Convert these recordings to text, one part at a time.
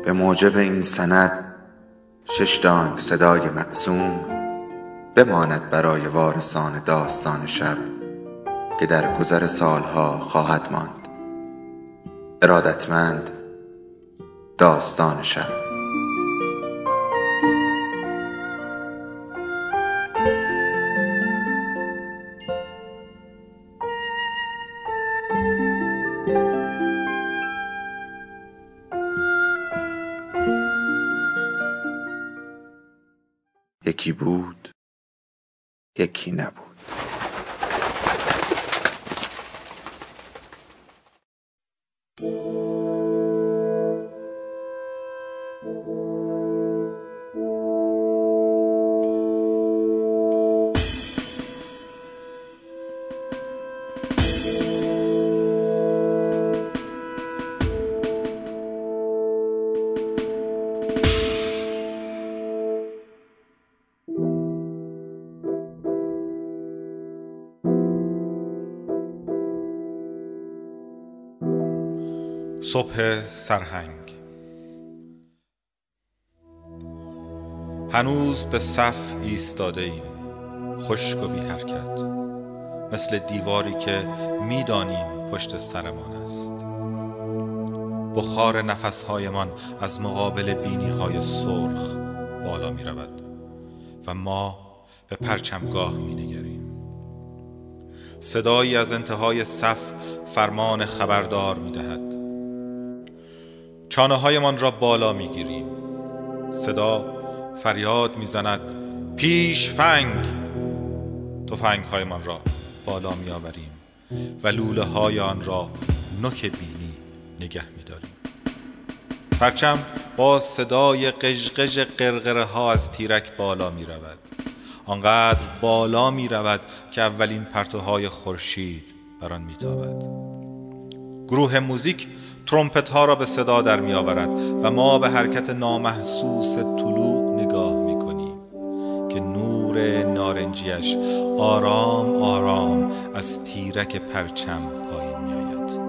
به موجب این سند 6 دانگ صدای معصوم بماند برای وارثان داستان شب که در گذر سالها خواهد ماند. ارادتمند، داستان شب. یکی بود، یکی نبود. صبح سرهنگ. هنوز به صف ایستاده ایم، خشک و بی حرکت، مثل دیواری که میدانیم پشت سرمان است. بخار نفسهایمان از مقابل بینیهای سرخ بالا می رود و ما به پرچمگاه می نگریم. صدایی از انتهای صف فرمان خبردار می دهد. چانه هایمان را بالا می گیریم. صدا فریاد می زند پیش فنگ. تفنگ هایمان را بالا می آوریم و لوله های آن را نوک بینی نگه می داریم. پرچم با صدای قژقژ قرقره ها از تیرک بالا می رود. آنقدر بالا می رود که اولین پرتوهای خورشید بر آن می تابد. گروه موزیک ترومپت ها را به صدا در می آورد و ما به حرکت نامحسوس طلوع نگاه می کنیم که نور نارنجیش آرام آرام از تیرک پرچم پایین می آید.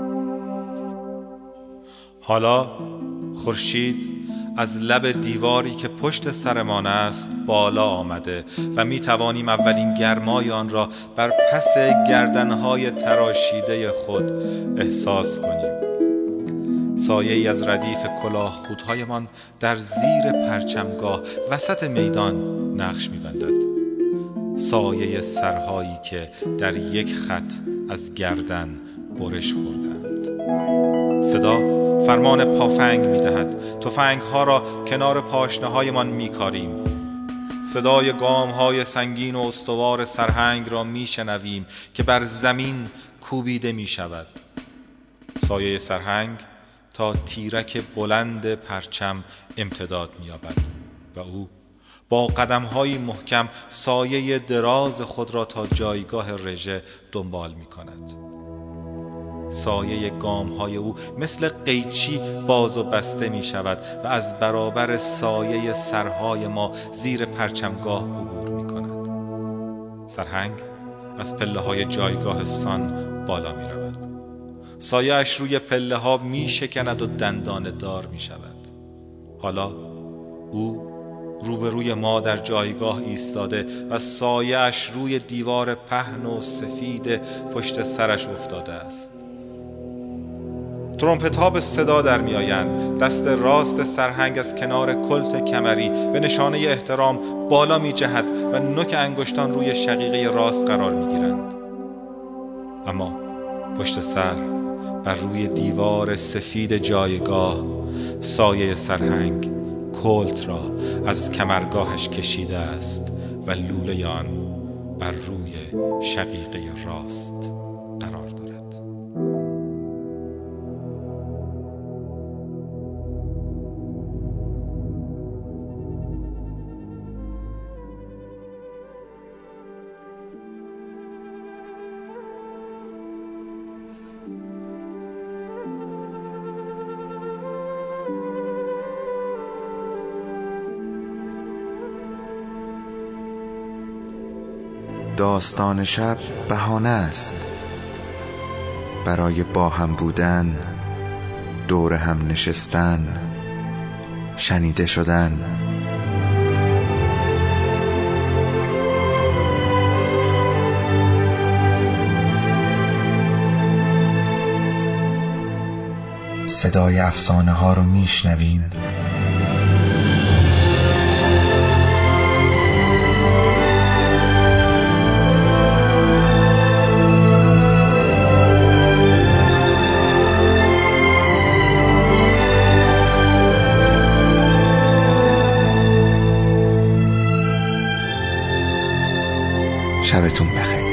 حالا خورشید از لب دیواری که پشت سرمان است بالا آمده و می توانیم اولین گرمای آن را بر پس گردنهای تراشیده خود احساس کنیم. سایه‌ای از ردیف کلاه خودهایمان در زیر پرچمگاه وسط میدان نقش می‌بندد. سایه سرهایی که در یک خط از گردن برش خوردند. صدا فرمان پافنگ می‌دهد. تفنگ‌ها را کنار پاشنه‌هایمان می‌کاریم. صدای گام‌های سنگین و استوار سرهنگ را می‌شنویم که بر زمین کوبیده می‌شود. سایه سرهنگ تا تیرک بلند پرچم امتداد می‌یابد و او با قدم‌های محکم سایه دراز خود را تا جایگاه رژه دنبال می‌کند. سایه گام‌های او مثل قیچی باز و بسته می‌شود و از برابر سایه سرهای ما زیر پرچمگاه عبور می‌کند. سرهنگ از پله‌های جایگاه سان بالا می‌رود. سایه‌اش روی پله ها می شکند و دندانه دار می شود. حالا او روبروی ما در جایگاه ایستاده و سایه‌اش روی دیوار پهن و سفید پشت سرش افتاده است. ترومپت ها به صدا در می آیند. دست راست سرهنگ از کنار کلت کمری به نشانه احترام بالا می جهد و نوک انگشتان روی شقیقه راست قرار می گیرند. اما پشت سر بر روی دیوار سفید جایگاه سایه سرهنگ کلت را از کمرگاهش کشیده است و لوله آن بر روی شقیقه راست قرار دارد. داستان شب بهانه است برای با هم بودن، دور هم نشستن، شنیده شدن. صدای افسانه ها رو میشنویم. شبتون بخیر.